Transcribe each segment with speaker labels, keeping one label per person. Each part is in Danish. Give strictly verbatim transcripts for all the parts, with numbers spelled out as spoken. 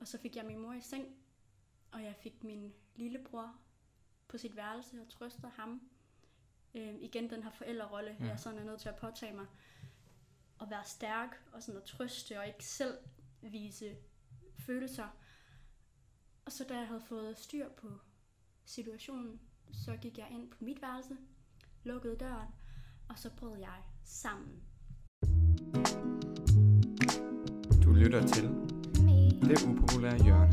Speaker 1: Og så fik jeg min mor i seng, og jeg fik min lillebror på sit værelse og trøstede ham. Øh, igen den her forældrerolle, ja. Jeg sådan er nødt til at påtage mig. At være stærk og sådan at trøste og ikke selv vise følelser. Og så da jeg havde fået styr på situationen, så gik jeg ind på mit værelse, lukkede døren, og så brød jeg sammen.
Speaker 2: Du lytter til Det Upopulære Hjørne.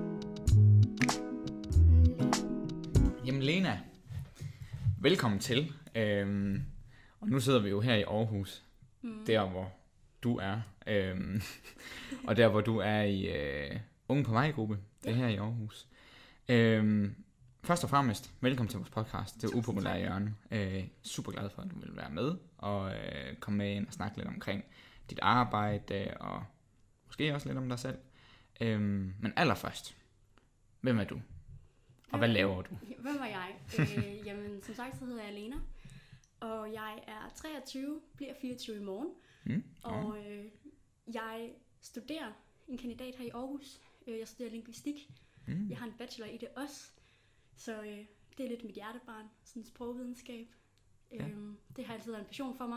Speaker 2: Jamen Lena, velkommen til. Øhm, og nu sidder vi jo her i Aarhus, mm. der hvor du er. Øhm, og der hvor du er i øh, Unge på Vej-gruppe, det er her i Aarhus. Øhm, først og fremmest, velkommen til vores podcast, Det Upopulære Hjørne. Øh, super glad for, at du vil være med og øh, komme med ind og snakke lidt omkring dit arbejde og måske også lidt om dig selv. Øhm, men allerførst, hvem er du? Og hvad laver du?
Speaker 1: Hvem er jeg? øh, jamen, som sagt, så hedder jeg Lena. Og jeg er treogtyve, bliver fireogtyve i morgen. Mm, og øh, jeg studerer en kandidat her i Aarhus. Jeg studerer lingvistik. Mm. Jeg har en bachelor i det også. Så øh, det er lidt mit hjertebarn, sådan sprogvidenskab. Ja. Øhm, det har altid været en passion for mig.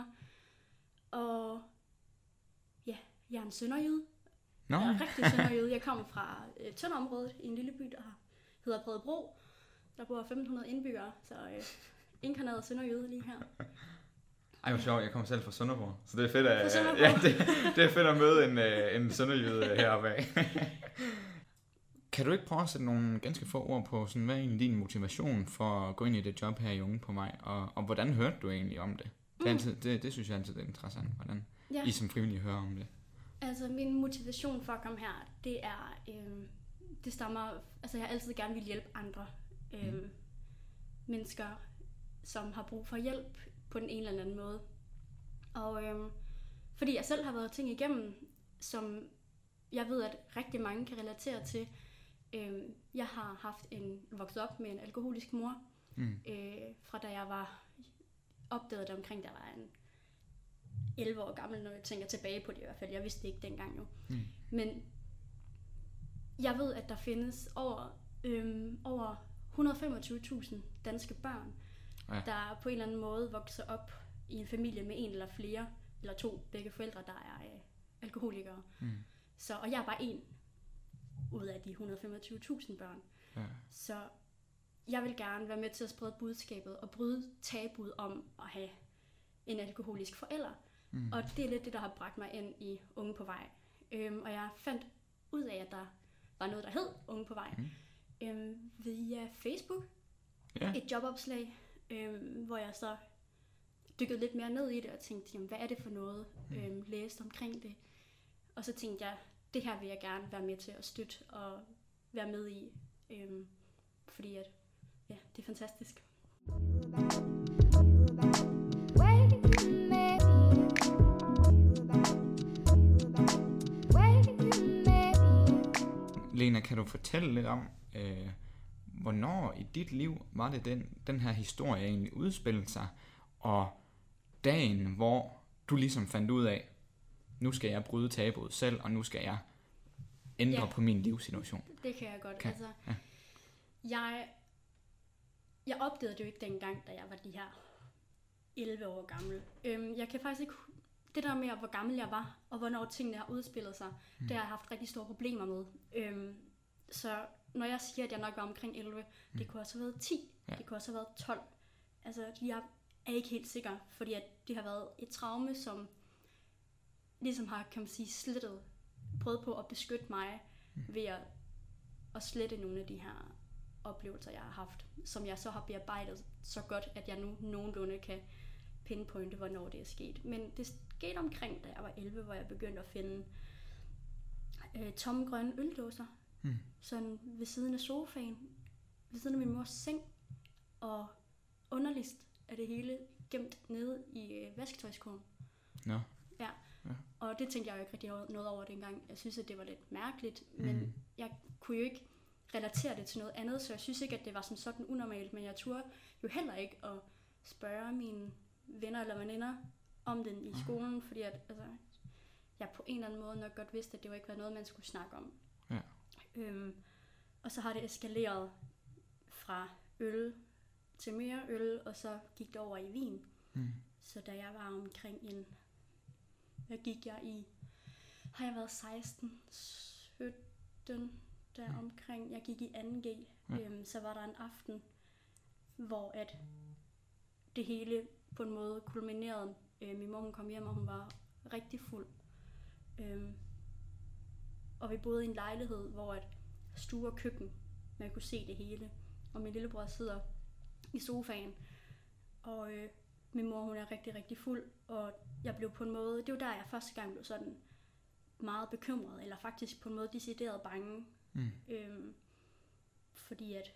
Speaker 1: Og ja, jeg er en sønderjyde.
Speaker 2: No.
Speaker 1: Jeg er rigtig sønderjyde. Jeg kommer fra øh, Tønderområdet i en lille by, der hedder Bredebro. Der bor femten hundrede indbyggere, så øh, inkarneret sønderjyde lige her.
Speaker 2: Ej, hvor sjovt. Jeg kommer selv fra Sønderborg, så det er fedt at, ja, det, det er fedt at møde en, en sønderjyde heroppe af. Kan du ikke prøve at sætte nogle ganske få ord på, sådan, hvad er egentlig din motivation for at gå ind i det job her i Unge på Vej, og, og hvordan hørte du egentlig om det? Det, er altid, det, det synes jeg altid er interessant, hvordan ja. I som frivillige hører om det.
Speaker 1: Altså min motivation for at komme her, det er, øhm, det stammer, altså jeg har altid gerne vil hjælpe andre øhm, mm. mennesker, som har brug for hjælp på den ene eller anden måde. Og øhm, fordi jeg selv har været ting igennem, som jeg ved, at rigtig mange kan relatere til. Øhm, jeg har haft en vokset op med en alkoholisk mor, mm. øh, fra da jeg var opdaget det omkring, der var en elleve år gammel, når jeg tænker tilbage på det i hvert fald. Jeg vidste det ikke dengang jo. Mm. Men jeg ved, at der findes over, øhm, over et hundrede og femogtyve tusind danske børn, ja. Der på en eller anden måde vokser op i en familie med en eller flere, eller to, begge forældre, der er øh, alkoholikere. Mm. Så, og jeg er bare en ud af de et hundrede og femogtyve tusind børn. Ja. Så jeg vil gerne være med til at sprede budskabet og bryde tabuet om at have en alkoholisk forælder. Mm. Og det er lidt det, der har bragt mig ind i Unge på Vej. Øhm, og jeg fandt ud af, at der var noget, der hed Unge på Vej. Mm. Øhm, via Facebook. Yeah. Et jobopslag, øhm, hvor jeg så dykkede lidt mere ned i det og tænkte, jamen, hvad er det for noget? Mm. Øhm, læste omkring det. Og så tænkte jeg, det her vil jeg gerne være med til at støtte og være med i. Øhm, fordi at, ja, det er fantastisk.
Speaker 2: Lena, kan du fortælle lidt om, øh, hvornår i dit liv var det den, den her historie egentlig udspillede sig, og dagen, hvor du ligesom fandt ud af, nu skal jeg bryde tabuet selv, og nu skal jeg ændre ja. På min livssituation.
Speaker 1: Det kan jeg godt. Kan. Altså, ja. jeg, jeg opdagede det jo ikke dengang, da jeg var de her elleve år gammel. Øhm, jeg kan faktisk ikke... Det der med, hvor gammel jeg var, og hvornår tingene har udspillet sig, mm. det har jeg haft rigtig store problemer med. Øhm, så når jeg siger, at jeg nok var omkring elleve, mm. det kunne også have været ti, ja. Det kunne også have været tolv. Altså, jeg er ikke helt sikker, fordi at det har været et traume, som ligesom har, kan man sige, slettet, prøvet på at beskytte mig mm. ved at, at slette nogle af de her oplevelser, jeg har haft, som jeg så har bearbejdet så godt, at jeg nu nogenlunde kan pinpointe, hvornår det er sket. Men det skete omkring, da jeg var elleve, hvor jeg begyndte at finde øh, tomme grønne øldåser, mm. sådan ved siden af sofaen, ved siden af min mors seng, og underligst er det hele gemt nede i øh, vasketøjskurven.
Speaker 2: Ja.
Speaker 1: Ja. Ja. Og det tænkte jeg jo ikke rigtig noget over dengang. Jeg synes, at det var lidt mærkeligt, men mm. jeg kunne jo ikke relatere det til noget andet, så jeg synes ikke, at det var som sådan unormalt, men jeg turde jo heller ikke at spørge mine venner eller veninder om den i skolen, fordi at, altså, jeg på en eller anden måde nok godt vidste, at det var ikke var noget, man skulle snakke om. Ja. Øhm, og så har det eskaleret fra øl til mere øl, og så gik det over i vin.
Speaker 2: Mm.
Speaker 1: Så da jeg var omkring en... Hvad gik jeg i? Har jeg været seksten, sytten der
Speaker 2: Mm.
Speaker 1: omkring? Jeg gik i anden G.
Speaker 2: Ja.
Speaker 1: Øhm, så var der en aften, hvor at det hele på en måde kulminerede. Øh, min mor hun kom hjem, og hun var rigtig fuld. Øhm, og vi boede i en lejlighed, hvor at stue og køkken, man kunne se det hele. Og min lillebror sidder i sofaen, og øh, min mor hun er rigtig, rigtig fuld, og jeg blev på en måde, det var der jeg første gang blev sådan meget bekymret, eller faktisk på en måde decideret bange.
Speaker 2: Mm.
Speaker 1: Øhm, fordi at,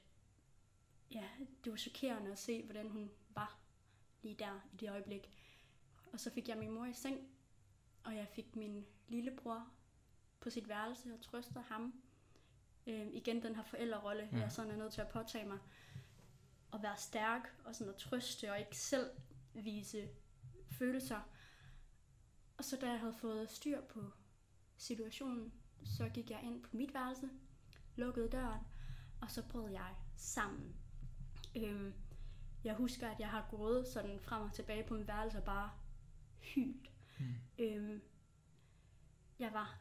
Speaker 1: ja, det var chokerende at se, hvordan hun var lige der i det øjeblik. Og så fik jeg min mor i seng, og jeg fik min lillebror på sit værelse og trøstede ham. Øhm, igen den her forældrerolle,
Speaker 2: Ja.
Speaker 1: jeg sådan er nødt til at påtage mig. Og være stærk og sådan at trøste og ikke selv vise følelser. Og så da jeg havde fået styr på situationen, så gik jeg ind på mit værelse, lukkede døren, og så brød jeg sammen. Øhm, jeg husker, at jeg har gået sådan frem og tilbage på mit værelse og bare hylt.
Speaker 2: Mm.
Speaker 1: Øhm, jeg var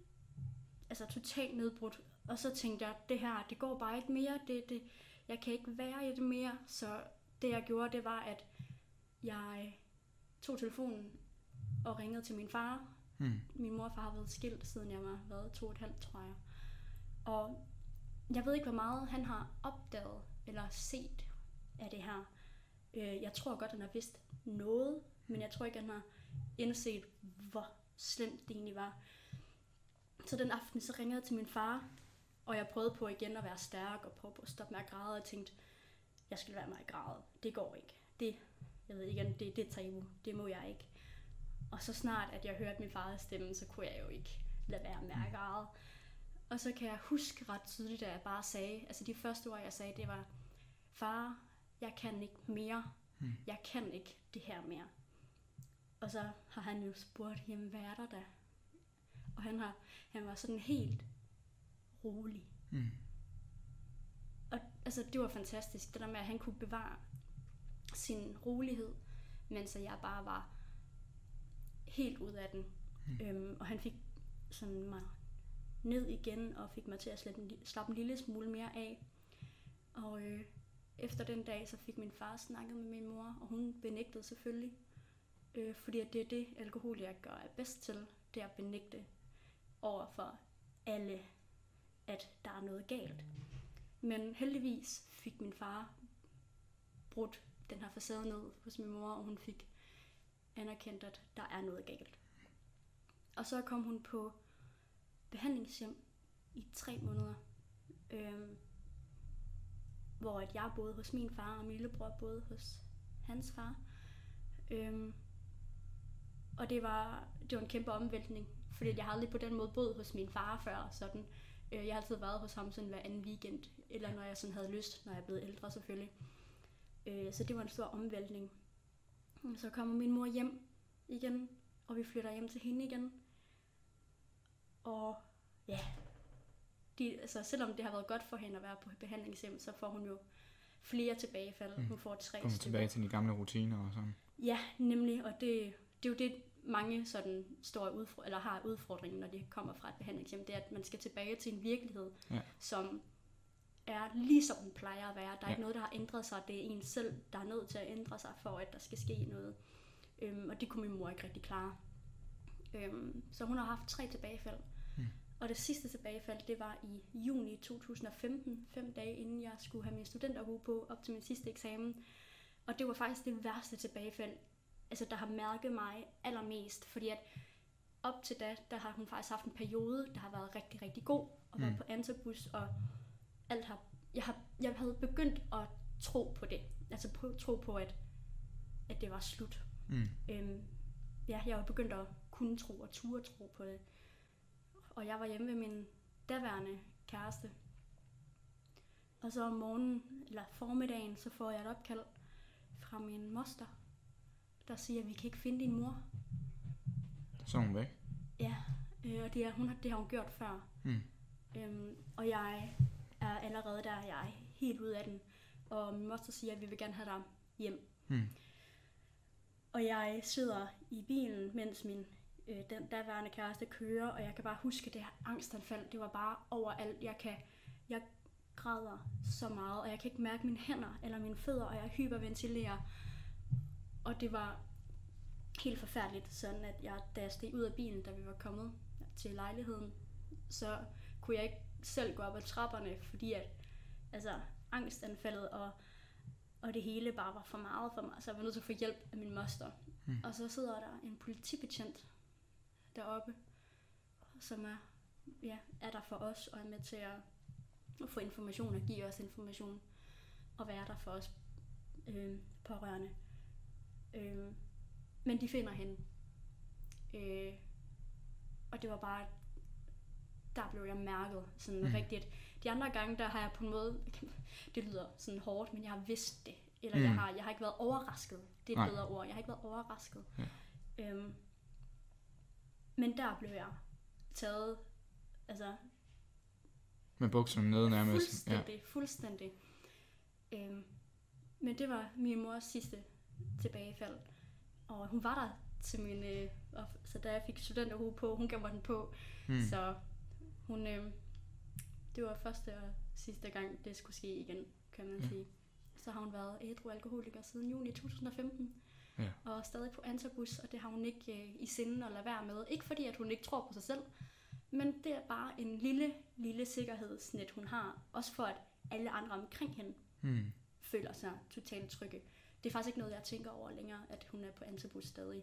Speaker 1: altså totalt nedbrudt, og så tænkte jeg, det her, det går bare ikke mere, det, det, jeg kan ikke være i det mere, så det jeg gjorde, det var, at jeg tog telefonen og ringede til min far.
Speaker 2: Mm.
Speaker 1: Min mor og far har været skilt, siden jeg var været to og et halvt, tror jeg. Og jeg ved ikke, hvor meget han har opdaget eller set af det her. Øh, jeg tror godt, han har vidst noget, men jeg tror ikke, han har indset, hvor slemt det egentlig var. Så den aften, så ringede jeg til min far, og jeg prøvede på igen at være stærk og prøve på at stoppe med at græde, og jeg tænkte, jeg skal være med at græde. Det går ikke. Det, jeg ved igen, det, det er tabu. Det må jeg ikke. Og så snart, at jeg hørte min fars stemme, så kunne jeg jo ikke lade være med at græde. Og så kan jeg huske ret tydeligt, at jeg bare sagde, altså de første ord, jeg sagde, det var, far, jeg kan ikke mere.
Speaker 2: Mm.
Speaker 1: Jeg kan ikke det her mere. Og så har han jo spurgt, jamen hvad er der da? Og han, har, han var sådan helt rolig.
Speaker 2: Mm.
Speaker 1: Og altså, det var fantastisk, det der med, at han kunne bevare sin rolighed, mens jeg bare var helt ud af den. Mm. Øhm, og han fik sådan mig ned igen, og fik mig til at slappe en, slappe en lille smule mere af. Og øh, efter den dag, så fik min far snakket med min mor, og hun benægtede selvfølgelig. Øh, fordi at det er det, alkoholikere er bedst til, det er at benægte over for alle, at der er noget galt. Men heldigvis fik min far brudt den her facade ned hos min mor, og hun fik anerkendt, at der er noget galt. Og så kom hun på behandlingshjem i tre måneder, øhm, hvor at jeg boede hos min far, og min lillebror boede hos hans far. Øhm, og det var, det var en kæmpe omvæltning, fordi jeg har aldrig på den måde boet hos min far før. Sådan. Øh, jeg har altid været hos ham sådan hver anden weekend, eller når jeg sådan havde lyst, når jeg er blevet ældre selvfølgelig. Øh, så det var en stor omvæltning. Så kommer min mor hjem igen, og vi flytter hjem til hende igen. Og ja, de, altså, selvom det har været godt for hende at være på behandlingshjem, så får hun jo flere tilbagefald. Mm. Hun får tre
Speaker 2: Kommer tilbage til de gamle rutiner og sådan.
Speaker 1: Ja, nemlig, og det, det er jo det, mange sådan står udfordring, eller har udfordringen, når de kommer fra et behandlingshjem, det er, at man skal tilbage til en virkelighed,
Speaker 2: ja.
Speaker 1: som er ligesom den plejer at være. Der er
Speaker 2: ja.
Speaker 1: ikke noget, der har ændret sig. Det er en selv, der er nødt til at ændre sig, for at der skal ske noget. Øhm, og det kunne min mor ikke rigtig klare. Øhm, så hun har haft tre tilbagefald. Mm. Og det sidste tilbagefald, det var i juni to tusind og femten, fem dage inden jeg skulle have min studenterhue på, op til min sidste eksamen. Og det var faktisk det værste tilbagefald, altså der har mærket mig allermest, fordi at op til da, der har hun faktisk haft en periode, der har været rigtig, rigtig god, og været mm. på antabus, og alt har, jeg, har, jeg havde begyndt at tro på det, altså på, tro på, at, at det var slut. Mm. Øhm, ja, jeg var begyndt at kunne tro og ture tro på det. Og jeg var hjemme ved min daværende kæreste. Og så om morgenen, eller formiddagen, så får jeg et opkald fra min moster, der siger, at vi kan ikke finde din mor.
Speaker 2: Så er hun væk?
Speaker 1: Ja, øh, og det, er, hun har, det har hun gjort før. Mm. Øhm, og jeg er allerede der, jeg er helt ude af den. Og min moster siger, at vi vil gerne have dig hjem.
Speaker 2: Mm.
Speaker 1: Og jeg sidder i bilen, mens min øh, den daværende kæreste kører, og jeg kan bare huske det her angstanfald. Det var bare overalt. Jeg kan, jeg græder så meget, og jeg kan ikke mærke mine hænder eller mine fødder, og jeg hyperventilerer. Og det var helt forfærdeligt, sådan at jeg, da jeg steg ud af bilen, da vi var kommet til lejligheden, så kunne jeg ikke selv gå op ad trapperne, fordi at altså, angstanfaldet og, og det hele bare var for meget for mig, så jeg var nødt til at få hjælp af min moster. Mm. Og så sidder der en politibetjent deroppe, som er, ja, er der for os og er med til at, at få information og give os information og være der for os øh, pårørende. Øh, men de finder hende. Øh, og det var bare, der blev jeg mærket sådan mm. rigtigt. De andre gange, der har jeg på en måde, det lyder sådan hårdt, men jeg har vidst det. Eller mm. jeg, har, jeg har ikke været overrasket. Det er et Nej. bedre ord. Jeg har ikke været overrasket. Ja. Øhm, men der blev jeg taget, altså...
Speaker 2: Med bukserne nede nærmest.
Speaker 1: Fuldstændig, ja. fuldstændig. Øhm, men det var min mors sidste tilbagefald. Og hun var der til min... Øh, så da jeg fik studenterhue på, hun gav mig den på. Mm. Så hun... Øh, det var første og sidste gang, det skulle ske igen, kan man ja. sige. Så har hun været ædru alkoholiker siden juni to tusind og femten. Ja. Og stadig på antabus, og det har hun ikke øh, i sinde at lade være med. Ikke fordi, at hun ikke tror på sig selv, men det er bare en lille, lille sikkerhedsnet, hun har. Også for, at alle andre omkring hende mm. føler sig totalt trygge. Det er faktisk ikke noget, jeg tænker over længere, at hun er på antabus stadig.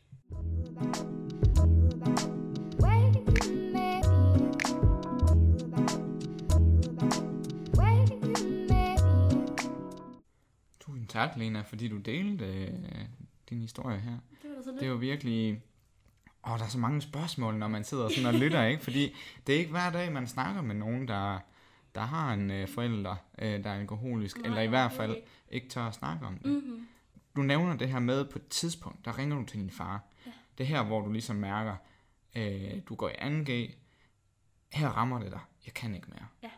Speaker 2: Tusind tak, Lena, fordi du delte øh, din historie her.
Speaker 1: Det var, så
Speaker 2: det var virkelig... Åh, der er så mange spørgsmål, når man sidder sådan og lytter, ikke? Fordi det er ikke hver dag, man snakker med nogen, der, der har en øh, forælder, øh, der er alkoholisk, Nej, eller i hvert fald okay. ikke tør at snakke om det. Mm-hmm. Du nævner det her med, på et tidspunkt, der ringer du til din far. Ja. Det her, hvor du ligesom mærker, øh, du går i anden G, her rammer det dig, jeg kan ikke mere.
Speaker 1: Ja.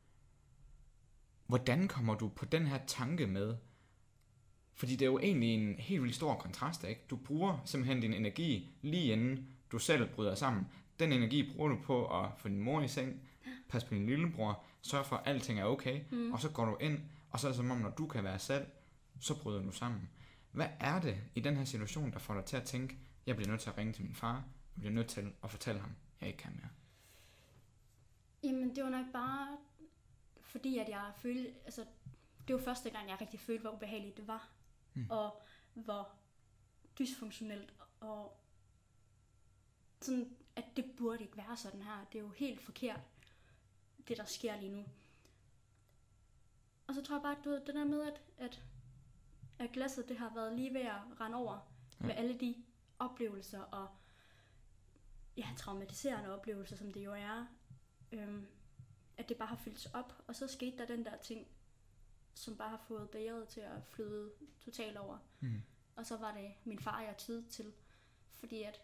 Speaker 2: Hvordan kommer du på den her tanke med? Fordi det er jo egentlig en helt vildt stor kontrast, ikke? Du bruger simpelthen din energi lige inden du selv bryder sammen. Den energi bruger du på at få din mor i seng, passe på din lillebror, sørge for, at alting er okay, mm. og så går du ind, og så er det som om, når du kan være selv, så bryder du sammen. Hvad er det i den her situation, der får dig til at tænke, jeg bliver nødt til at ringe til min far, jeg bliver nødt til at fortælle ham, jeg ikke kan mere?
Speaker 1: Jamen, det var nok bare, fordi at jeg følte, altså, det var første gang, jeg rigtig følte, hvor ubehageligt det var. Mm. Og hvor dysfunktionelt, og sådan, at det burde ikke være sådan her. Det er jo helt forkert, det der sker lige nu. Og så tror jeg bare, at du ved, det der med, at, at, at glasset, det har været lige ved at rende over ja. med alle de oplevelser, og ja, traumatiserende oplevelser, som det jo er. Øhm, at det bare har fyldt op, og så skete der den der ting, som bare har fået bæret til at flyde totalt over. Mm. Og så var det min far, jeg tid til. Fordi at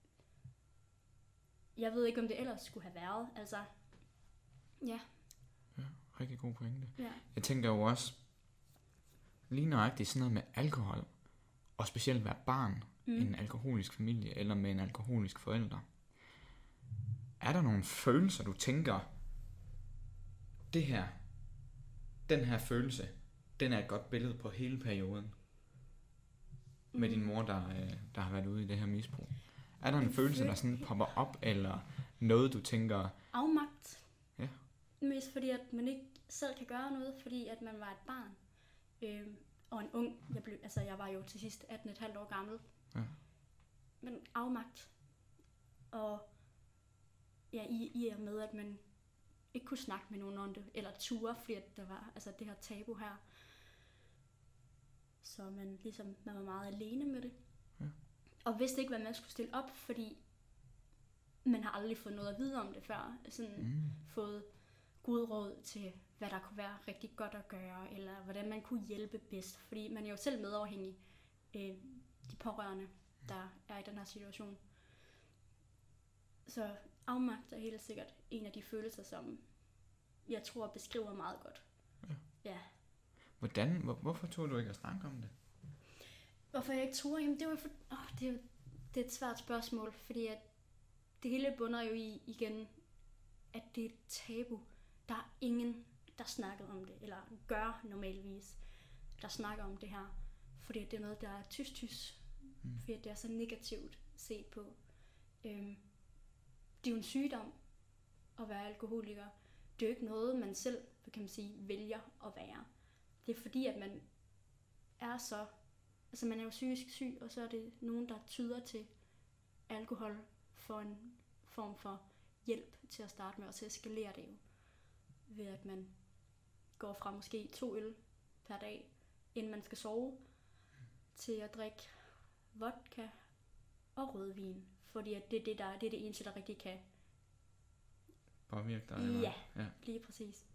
Speaker 1: jeg ved ikke, om det ellers skulle have været. Altså, ja.
Speaker 2: Ja, rigtig god pointe.
Speaker 1: Ja.
Speaker 2: Jeg tænker jo også, lige nøjagtigt sådan noget med alkohol, og specielt være barn mm. i en alkoholisk familie, eller med en alkoholisk forælder. Er der nogle følelser, du tænker, det her, den her følelse, den er et godt billede på hele perioden mm. med din mor, der, der har været ude i det her misbrug? Er der en, en følelse, føl- der sådan popper op, eller noget, du tænker...
Speaker 1: Afmagt.
Speaker 2: Ja.
Speaker 1: Mest fordi, at man ikke selv kan gøre noget, fordi at man var et barn. Øhm, og en ung. Jeg, blev, altså, jeg var jo til sidst atten komma fem år gammel.
Speaker 2: Ja.
Speaker 1: Men afmagt. Og ja, i, i og med, at man ikke kunne snakke med nogen om det, eller ture, fordi at der var altså det her tabu her. Så man ligesom, man var meget alene med det. Ja. Og vidste ikke, hvad man skulle stille op, fordi man har aldrig fået noget at vide om det før. Sådan mm. fået gode råd til, hvad der kunne være rigtig godt at gøre, eller hvordan man kunne hjælpe bedst. Fordi man er jo selv medafhængig af de pårørende, der er i den her situation. Så afmagt er helt sikkert en af de følelser, som jeg tror beskriver meget godt.
Speaker 2: Ja.
Speaker 1: Ja.
Speaker 2: Hvordan? Hvor, hvorfor tog du ikke at snakke om det?
Speaker 1: Hvorfor jeg ikke turde? Jamen, det var for... oh, det, er, det er et svært spørgsmål, fordi at det hele bunder jo i igen, at det er et tabu. Der er ingen, der snakker om det, eller gør normalvis, der snakker om det her. Fordi det er noget, der er tys-tys. Mm. Fordi det er så negativt set på. Øhm, det er jo en sygdom at være alkoholiker. Det er jo ikke noget, man selv, kan man sige, vælger at være. Det er fordi, at man er så... Altså man er jo psykisk syg, og så er det nogen, der tyder til alkohol for en form for hjælp til at starte med, og så eskalerer det jo ved, at man går fra måske to øl per dag, inden man skal sove, til at drikke vodka og rødvin, fordi at det, er det, der, det er det eneste, der rigtig kan
Speaker 2: påvirke dig? Eller?
Speaker 1: Ja, ja, lige præcis.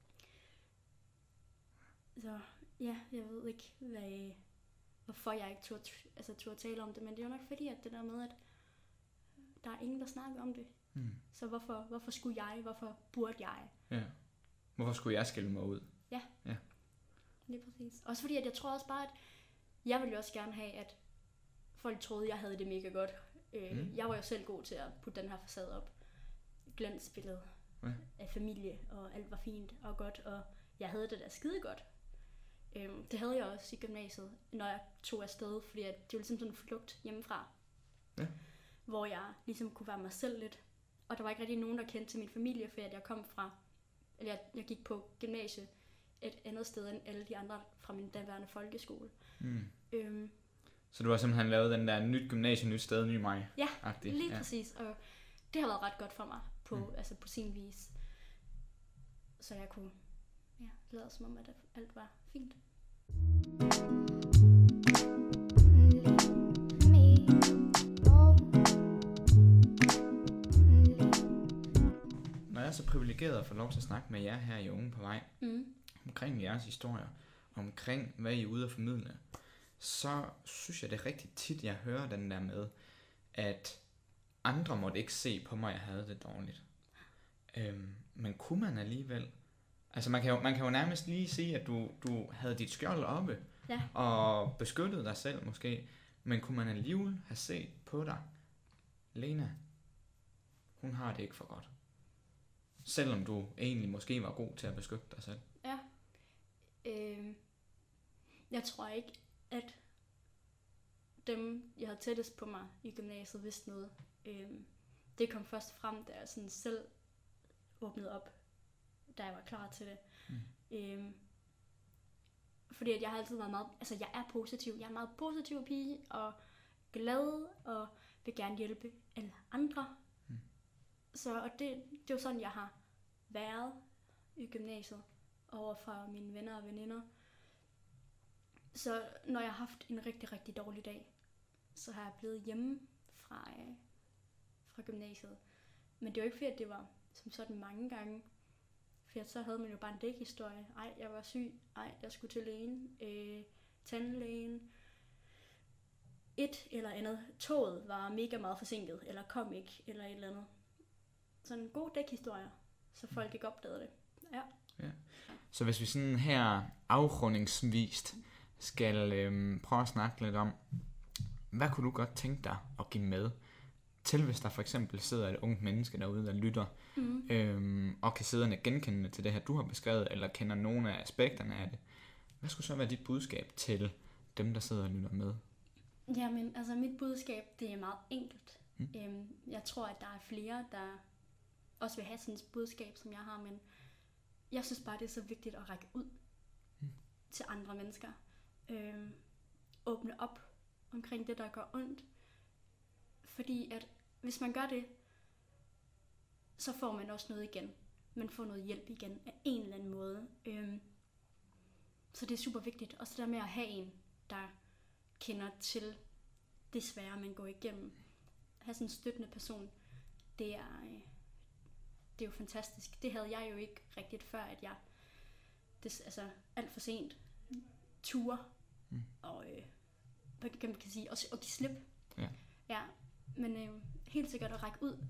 Speaker 1: Så ja, jeg ved ikke, hvad, hvorfor jeg ikke turde, altså, turde tale om det, men det er jo nok fordi, at det der med, at der er ingen, der snakker om det. Mm. Så hvorfor, hvorfor skulle jeg, hvorfor burde jeg?
Speaker 2: Ja. Hvorfor skulle jeg skille mig ud?
Speaker 1: Ja,
Speaker 2: ja.
Speaker 1: Lige præcis. Også fordi, at jeg tror også bare, at jeg ville jo også gerne have, at folk troede, jeg havde det mega godt. Øh, mm. Jeg var jo selv god til at putte den her facade op. Glansbillede ja. Af familie, og alt var fint og godt, og jeg havde det der skide godt. Øh, det havde jeg også i gymnasiet, når jeg tog afsted, fordi det var ligesom sådan en flugt hjemmefra. Ja. Hvor jeg ligesom kunne være mig selv lidt. Og der var ikke rigtig nogen, der kendte til min familie, fordi jeg kom fra, eller jeg, jeg gik på gymnasie et andet sted end alle de andre fra min daværende folkeskole. Mm. Øhm,
Speaker 2: så du har simpelthen lavet den der nyt gymnasie, nyt sted, ny mig?
Speaker 1: Ja, lige ja. Præcis. Og det har været ret godt for mig på, mm. altså på sin vis. Så jeg kunne ja, lade som om, at alt var fint.
Speaker 2: Når jeg er så privilegeret at få lov til at snakke med jer her i Unge på Vej, mm. omkring jeres historier, omkring hvad I er ude at formidle, så synes jeg det er rigtig tit, jeg hører den der med, at andre måtte ikke se på mig, at jeg havde det dårligt. Øhm, men kunne man alligevel? Altså man kan jo, man kan jo nærmest lige sige, at du, du havde dit skjold oppe, ja. Og beskyttede dig selv måske, men kunne man alligevel have set på dig, Lena, hun har det ikke for godt. Selvom du egentlig måske var god til at beskytte dig selv.
Speaker 1: Ja. Øh, jeg tror ikke, at dem, jeg havde tættest på mig i gymnasiet, vidste noget. Øh, det kom først frem, da jeg sådan selv åbnede op, da jeg var klar til det. Mm. Øh, fordi at jeg har altid været meget, altså jeg er positiv, jeg er en meget positiv pige, og glad, og vil gerne hjælpe alle andre. Mm. Så og det, det er jo sådan, jeg har været i gymnasiet, over fra mine venner og veninder. Så når jeg har haft en rigtig, rigtig dårlig dag, så har jeg blevet hjemme fra, øh, fra gymnasiet. Men det er jo ikke fordi, at det var som sådan mange gange. For så havde man jo bare en dækhistorie. Ej, jeg var syg. Ej, jeg skulle til lægen. Øh, tandlægen. Et eller andet. Toget var mega meget forsinket, eller kom ikke, eller et eller andet. Sådan en god dækhistorie, så folk ikke opdagede det. Ja.
Speaker 2: Ja. Så hvis vi sådan her afrundingsvist skal øhm, prøve at snakke lidt om, hvad kunne du godt tænke dig at give med til, hvis der for eksempel sidder et ungt menneske derude, der lytter, mm. øhm, og kan sidde og genkende til det her, du har beskrevet, eller kender nogle af aspekterne af det. Hvad skulle så være dit budskab til dem, der sidder og lytter med?
Speaker 1: Jamen, altså mit budskab, det er meget enkelt. Mm. Øhm, jeg tror, at der er flere, der også vil have sådan et budskab, som jeg har, men jeg synes bare, det er så vigtigt at række ud mm. til andre mennesker. Øhm, åbne op omkring det, der gør ondt. Fordi at hvis man gør det, så får man også noget igen. Man får noget hjælp igen af en eller anden måde. Øhm, så det er super vigtigt. Og så der med at have en, der kender til det svære, man går igennem. Have sådan en støttende person, det er, øh, det er jo fantastisk. Det havde jeg jo ikke rigtigt før, at jeg det, altså, alt for sent ture mm. og øh, hvad kan man kan sige, og, og give slip. Ja. Ja, men øh, helt sikkert at række ud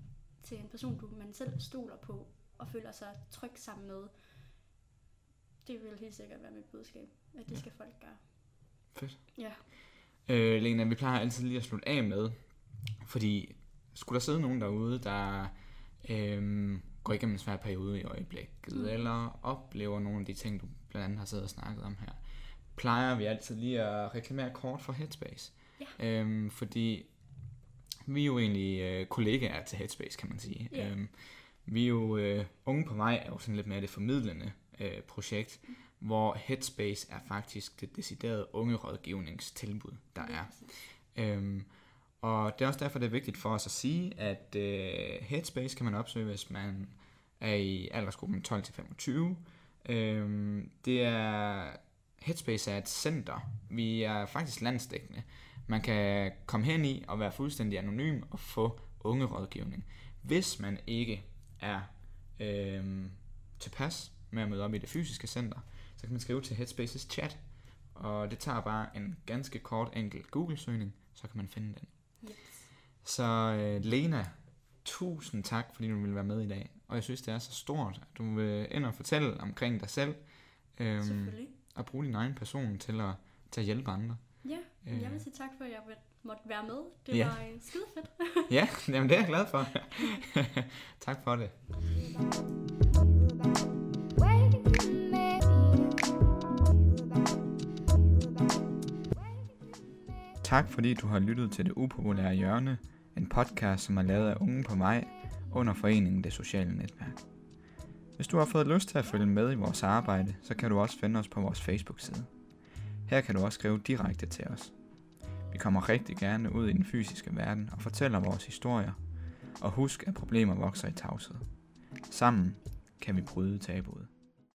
Speaker 1: til en person, du man selv stoler på, og føler sig tryg sammen med. Det vil helt sikkert være mit budskab, at det ja. skal folk gøre.
Speaker 2: Fedt.
Speaker 1: Ja.
Speaker 2: Øh, Lena, vi plejer altid lige at slutte af med, fordi skulle der sidde nogen derude, der øh, går igennem en svær periode i øjeblikket, mm. eller oplever nogle af de ting, du blandt andet har siddet og snakket om her, plejer vi altid lige at reklamere kort for Headspace.
Speaker 1: Ja.
Speaker 2: Øhm, fordi vi er jo egentlig øh, kollegaer til Headspace, kan man sige.
Speaker 1: Ja.
Speaker 2: Øhm, vi er jo, øh, Unge på Vej er jo sådan lidt mere det formidlende øh, projekt, mm. hvor Headspace er faktisk det deciderede ungerådgivningstilbud, der ja, er. Øhm, og det er også derfor, det er vigtigt for os at sige, at øh, Headspace kan man opsøge, hvis man er i aldersgruppen tolv til femogtyve. Øhm, det er... Headspace er et center. Vi er faktisk landsdækkende. Man kan komme hen i og være fuldstændig anonym og få ungerådgivning. Hvis man ikke er øhm, tilpas med at møde op i det fysiske center, så kan man skrive til Headspaces chat, og det tager bare en ganske kort enkelt Google-søgning, så kan man finde den.
Speaker 1: Yes.
Speaker 2: Så øh, Lena, tusind tak, fordi du ville være med i dag. Og jeg synes, det er så stort, at du vil ind og fortælle omkring dig selv. Øhm,
Speaker 1: Selvfølgelig.
Speaker 2: Og bruge din egen person til at, til at hjælpe andre.
Speaker 1: Ja, øh. jeg vil sige tak for, at jeg måtte være med. Det
Speaker 2: ja.
Speaker 1: var skide fedt.
Speaker 2: Ja, jamen det er jeg glad for. Tak for det. Tak fordi du har lyttet til Det Upopulære Hjørne, en podcast, som er lavet af Unge på Vej under foreningen Det Sociale Netværk. Hvis du har fået lyst til at følge med i vores arbejde, så kan du også finde os på vores Facebook-side. Her kan du også skrive direkte til os. Vi kommer rigtig gerne ud i den fysiske verden og fortæller vores historier. Og husk, at problemer vokser i tavshed. Sammen kan vi bryde tabuet.